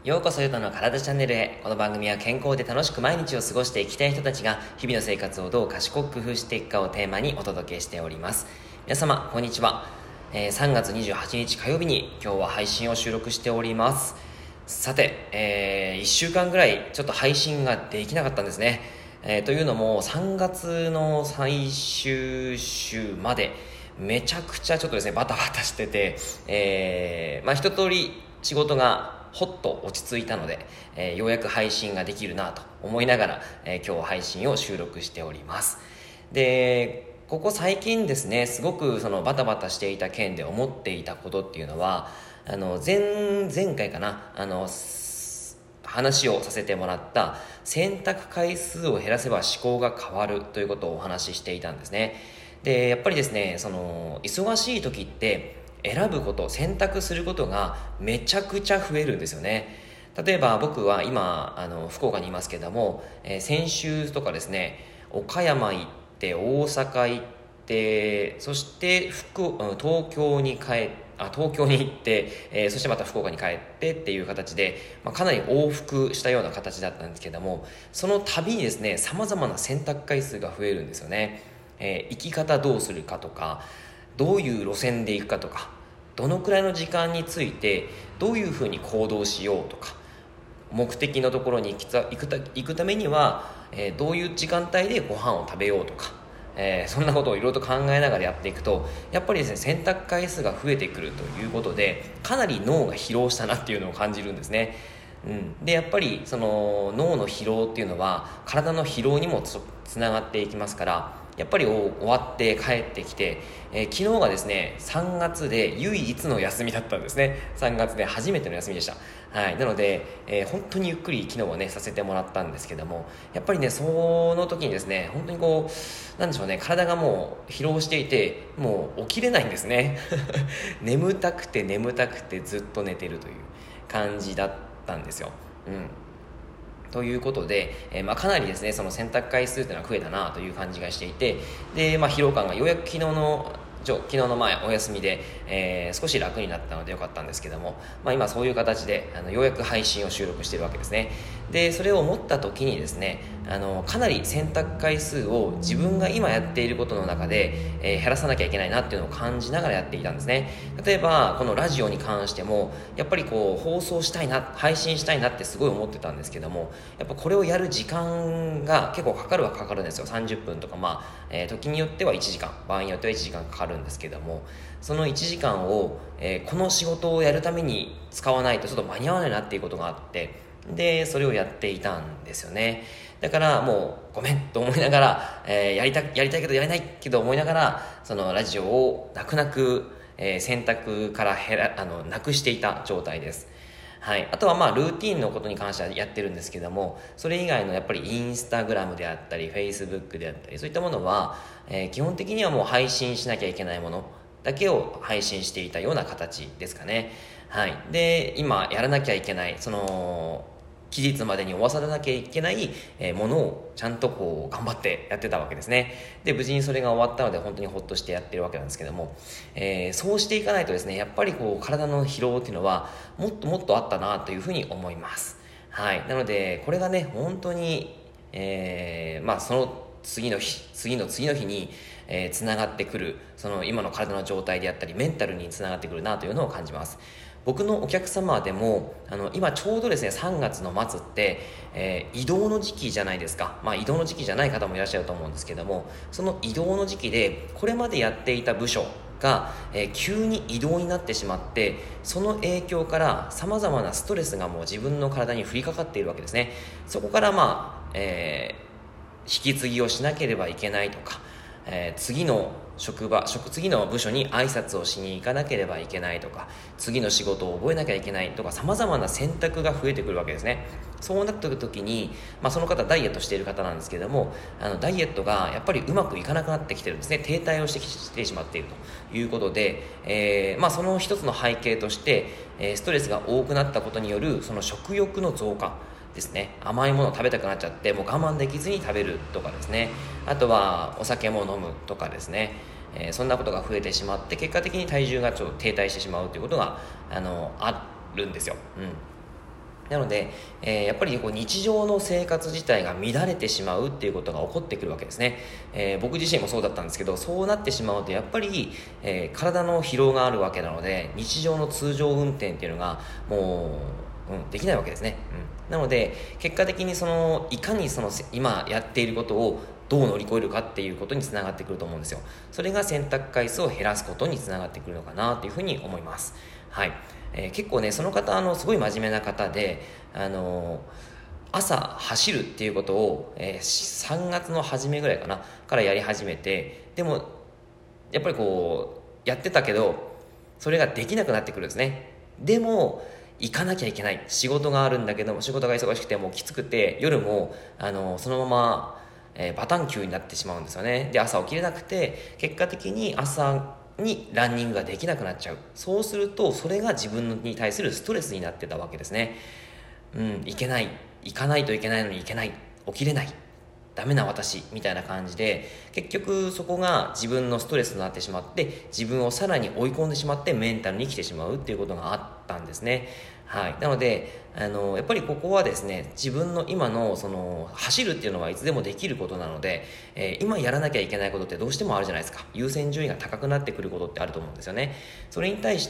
ようこそゆとの体チャンネルへ。この番組は健康で楽しく毎日を過ごしていきたい人たちが日々の生活をどう賢く工夫していくかをテーマにお届けしております。皆様こんにちは。3月28日火曜日に今日は配信を収録しております。さて、1週間ぐらいちょっと配信ができなかったんですね。というのも3月の最終週までめちゃくちゃちょっとですねバタバタしてて、一通り仕事がほっと落ち着いたので、ようやく配信ができるなと思いながら、今日配信を収録しております。で、ここ最近ですね、すごくそのバタバタしていた件で思っていたことっていうのは、前回かな、話をさせてもらった選択回数を減らせば思考が変わるということをお話ししていたんですね。で、やっぱりですね、その忙しい時って選ぶこと、選択することがめちゃくちゃ増えるんですよね。例えば僕は今福岡にいますけども、先週とかですね、岡山行って大阪行って、そして東京に行って、そしてまた福岡に帰ってっていう形で、かなり往復したような形だったんですけども、その度にですね、様々な選択回数が増えるんですよね。生き方どうするかとか、どういう路線で行くかとか、どのくらいの時間についてどういうふうに行動しようとか、目的のところに行くためには、どういう時間帯でご飯を食べようとか、そんなことをいろいろと考えながらやっていくと、やっぱりですね、選択回数が増えてくるということで、かなり脳が疲労したなっていうのを感じるんですね。でやっぱりその脳の疲労っていうのは体の疲労にもつながっていきますから、やっぱり終わって帰ってきて、昨日がですね3月で唯一の休みだったんですね。3月で初めての休みでした。なので、本当にゆっくり昨日はねさせてもらったんですけども、やっぱりねその時にですね、本当になんでしょうね、体がもう疲労していて、もう起きれないんですね眠たくてずっと寝てるという感じだったんですよ。ということで、かなりですねその選択回数というのは増えたなという感じがしていて、で、疲労感がようやく昨日の前お休みで、少し楽になったのでよかったんですけども、今そういう形でようやく配信を収録しているわけですね。でそれを思った時にですね、かなり選択回数を自分が今やっていることの中で、減らさなきゃいけないなっていうのを感じながらやっていたんですね。例えばこのラジオに関してもやっぱり放送したいな、配信したいなってすごい思ってたんですけども、やっぱこれをやる時間が結構かかるんですよ。30分とか、時によっては1時間、場合によっては1時間かかるんですけども、その1時間を、この仕事をやるために使わないとちょっと間に合わないなっていうことがあって、でそれをやっていたんですよね。だからもうごめんと思いながら、やりたいけどやれないけど思いながら、そのラジオを泣く泣く、選択からなくしていた状態です。あとはルーティンのことに関してはやってるんですけども、それ以外のやっぱりインスタグラムであったりフェイスブックであったり、そういったものは、基本的にはもう配信しなきゃいけないものだけを配信していたような形ですかね。で今やらなきゃいけないその期日までに終わさなきゃいけないものをちゃんと頑張ってやってたわけですね。で無事にそれが終わったので本当にほっとしてやってるわけなんですけども、そうしていかないとですね、やっぱり体の疲労っていうのはもっともっとあったなというふうに思います。なのでこれがね本当に、その次の日につながってくる、その今の体の状態であったりメンタルにつながってくるなというのを感じます。僕のお客様でも今ちょうどですね3月の末って、移動の時期じゃないですか。移動の時期じゃない方もいらっしゃると思うんですけども、その移動の時期でこれまでやっていた部署が、急に異動になってしまって、その影響からさまざまなストレスがもう自分の体に降りかかっているわけですね。そこから引き継ぎをしなければいけないとか、次の部署に挨拶をしに行かなければいけないとか、次の仕事を覚えなきゃいけないとか、様々な選択が増えてくるわけですね。そうなった時に、その方ダイエットしている方なんですけれども、ダイエットがやっぱりうまくいかなくなってきてるんですね。停滞をしてきてしまっているということで、その一つの背景として、ストレスが多くなったことによるその食欲の増加ですね。甘いものを食べたくなっちゃってもう我慢できずに食べるとかですね、あとはお酒も飲むとかですね、そんなことが増えてしまって、結果的に体重がちょっと停滞してしまうということがあるんですよ。 なので、やっぱり日常の生活自体が乱れてしまうっていうことが起こってくるわけですね。僕自身もそうだったんですけど、そうなってしまうとやっぱり、体の疲労があるわけなので、日常の通常運転っていうのがもう、できないわけですね。なので結果的にいかに今やっていることをどう乗り越えるかっていうことにつながってくると思うんですよ。それが選択回数を減らすことにつながってくるのかなというふうに思います。はい。結構ね、その方すごい真面目な方で、朝走るっていうことを、3月の初めぐらいからやり始めて、でもやっぱりやってたけどそれができなくなってくるんですね。でも行かなきゃいけない、仕事があるんだけども、仕事が忙しくてもうきつくて、夜もそのまま、バタンキューになってしまうんですよね。で、朝起きれなくて、結果的に朝にランニングができなくなっちゃう。そうするとそれが自分に対するストレスになってたわけですね。行かないといけないのに行けない、起きれない、ダメな私みたいな感じで、結局そこが自分のストレスになってしまって、自分をさらに追い込んでしまってメンタルに来てしまうっていうことがあったんですね。はい。なのでやっぱりここはですね、自分の今の走るっていうのはいつでもできることなので、今やらなきゃいけないことってどうしてもあるじゃないですか。優先順位が高くなってくることってあると思うんですよね。それに対して、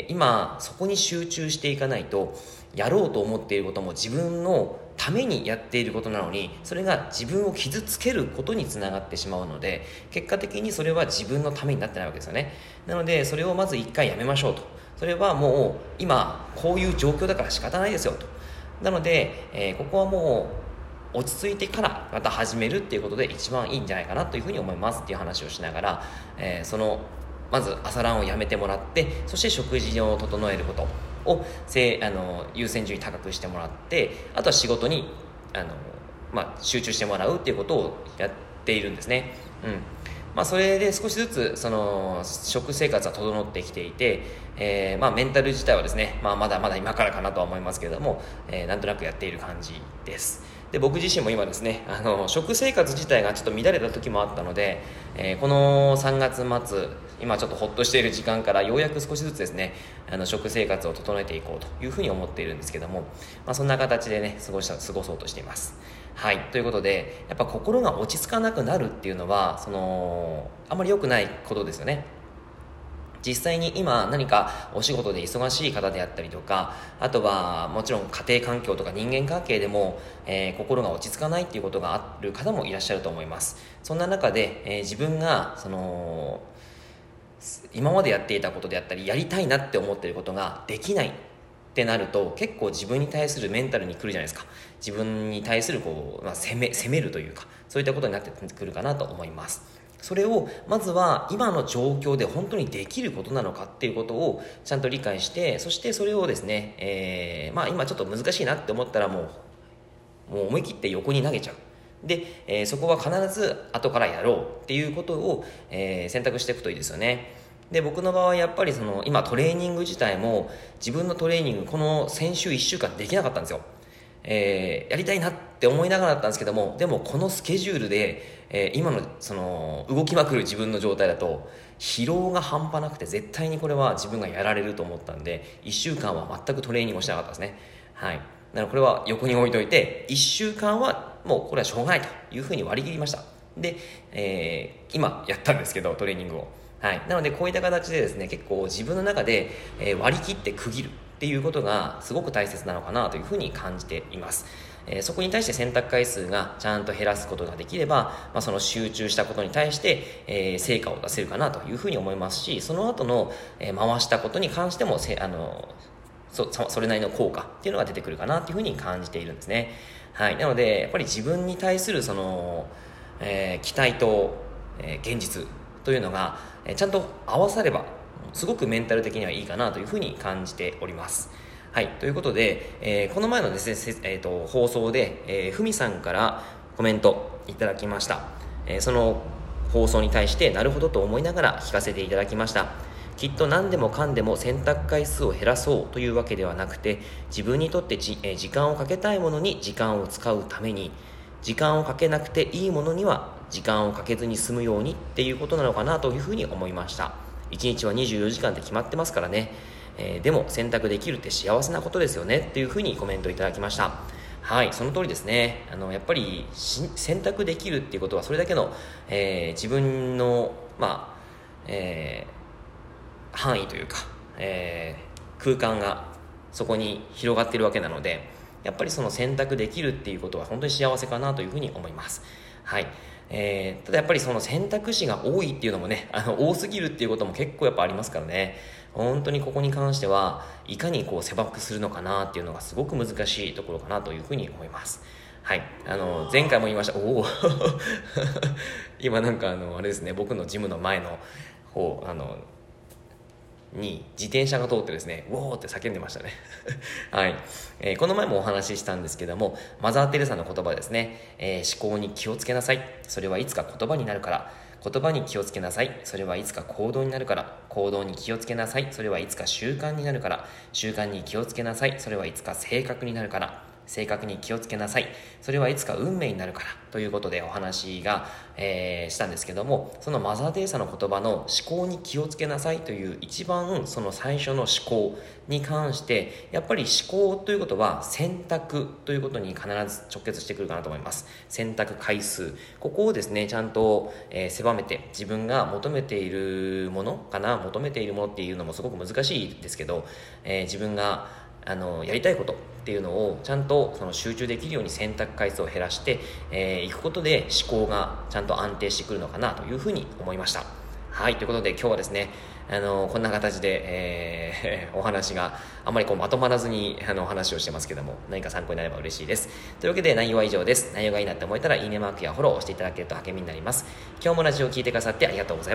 今そこに集中していかないと、やろうと思っていることも自分のためにやっていることなのに、それが自分を傷つけることにつながってしまうので、結果的にそれは自分のためになってないわけですよね。なのでそれをまず一回やめましょうと。それはもう今こういう状況だから仕方ないですよと。なので、ここはもう落ち着いてからまた始めるっていうことで一番いいんじゃないかなというふうに思いますっていう話をしながら、まず朝ランをやめてもらって、そして食事を整えることを優先順位高くしてもらって、あとは仕事に集中してもらうっていうことをやっているんですね。それで少しずつ食生活は整ってきていて、メンタル自体はですね、まだまだ今からかなとは思いますけれども、なんとなくやっている感じです。で、僕自身も今ですね、食生活自体がちょっと乱れた時もあったので、この3月末、今ちょっとほっとしている時間からようやく少しずつですね、食生活を整えていこうというふうに思っているんですけども、そんな形でね過ごそうとしています。はい。ということで、やっぱ心が落ち着かなくなるっていうのはあまり良くないことですよね。実際に今何かお仕事で忙しい方であったりとか、あとはもちろん家庭環境とか人間関係でも、心が落ち着かないっていうことがある方もいらっしゃると思います。そんな中で、自分が今までやっていたことであったり、やりたいなって思っていることができないってなると、結構自分に対するメンタルに来るじゃないですか。自分に対する責めるというか、そういったことになってくるかなと思います。それをまずは今の状況で本当にできることなのかっていうことをちゃんと理解して、そしてそれをですね、今ちょっと難しいなって思ったらもう思い切って横に投げちゃう。で、そこは必ず後からやろうっていうことを、選択していくといいですよね。で、僕の場合やっぱり今トレーニング自体も自分のトレーニングこの先週1週間できなかったんですよ。やりたいなって思いながらだったんですけども、でもこのスケジュールで、今の動きまくる自分の状態だと疲労が半端なくて、絶対にこれは自分がやられると思ったんで、1週間は全くトレーニングをしなかったですね。はい。なのでこれは横に置いといて、1週間はもうこれはしょうがないというふうに割り切りました。で、今やったんですけどトレーニングを、はい。なのでこういった形でですね、結構自分の中で、割り切って区切るっていうことがすごく大切なのかなというふうに感じています。そこに対して選択回数がちゃんと減らすことができれば、その集中したことに対して、成果を出せるかなというふうに思いますし、その後の、回したことに関してもそれなりの効果っていうのが出てくるかなというふうに感じているんですね。はい。なのでやっぱり自分に対する期待と、現実というのが、ちゃんと合わさればすごくメンタル的にはいいかなというふうに感じております。はい。ということで、この前のですね、放送で、ふみさんからコメントいただきました。その放送に対してなるほどと思いながら聞かせていただきました。きっと何でもかんでも選択回数を減らそうというわけではなくて、自分にとって時間をかけたいものに時間を使うために、時間をかけなくていいものには時間をかけずに済むようにっていうことなのかなというふうに思いました。1日は24時間って決まってますからね。 でも選択できるって幸せなことですよねっていうふうにコメントいただきました。はい、その通りですね。やっぱり選択できるっていうことはそれだけの、自分の、範囲というか、空間がそこに広がっているわけなので、やっぱりその選択できるっていうことは本当に幸せかなというふうに思います。はい。ただやっぱりその選択肢が多いっていうのもね、多すぎるっていうことも結構やっぱありますからね。本当にここに関してはいかにこう狭くするのかなっていうのがすごく難しいところかなというふうに思います。はい。前回も言いました。おお今なんかあれですね、僕のジムの前の方、に自転車が通ってですね、ウォーって叫んでましたね。はい。この前もお話ししたんですけども、マザー・テレサの言葉ですね、思考に気をつけなさい。それはいつか言葉になるから。言葉に気をつけなさい。それはいつか行動になるから。行動に気をつけなさい。それはいつか習慣になるから。習慣に気をつけなさい。それはいつか性格になるから。性格に気をつけなさい。それはいつか運命になるからということでお話が、したんですけども、そのマザー・テレサの言葉の思考に気をつけなさいという一番その最初の思考に関してやっぱり思考ということは選択ということに必ず直結してくるかなと思います。選択回数、ここをですねちゃんと、狭めて自分が求めているもの求めているものっていうのもすごく難しいですけど、自分がやりたいことっていうのをちゃんとその集中できるように選択回数を減らしていくことで思考がちゃんと安定してくるのかなというふうに思いました。はい、ということで今日はですねこんな形で、お話があまりこうまとまらずにお話をしてますけども、何か参考になれば嬉しいです。というわけで内容は以上です。内容がいいなって思えたらいいねマークやフォローをしていただけると励みになります。今日もラジオを聞いてくださってありがとうございます。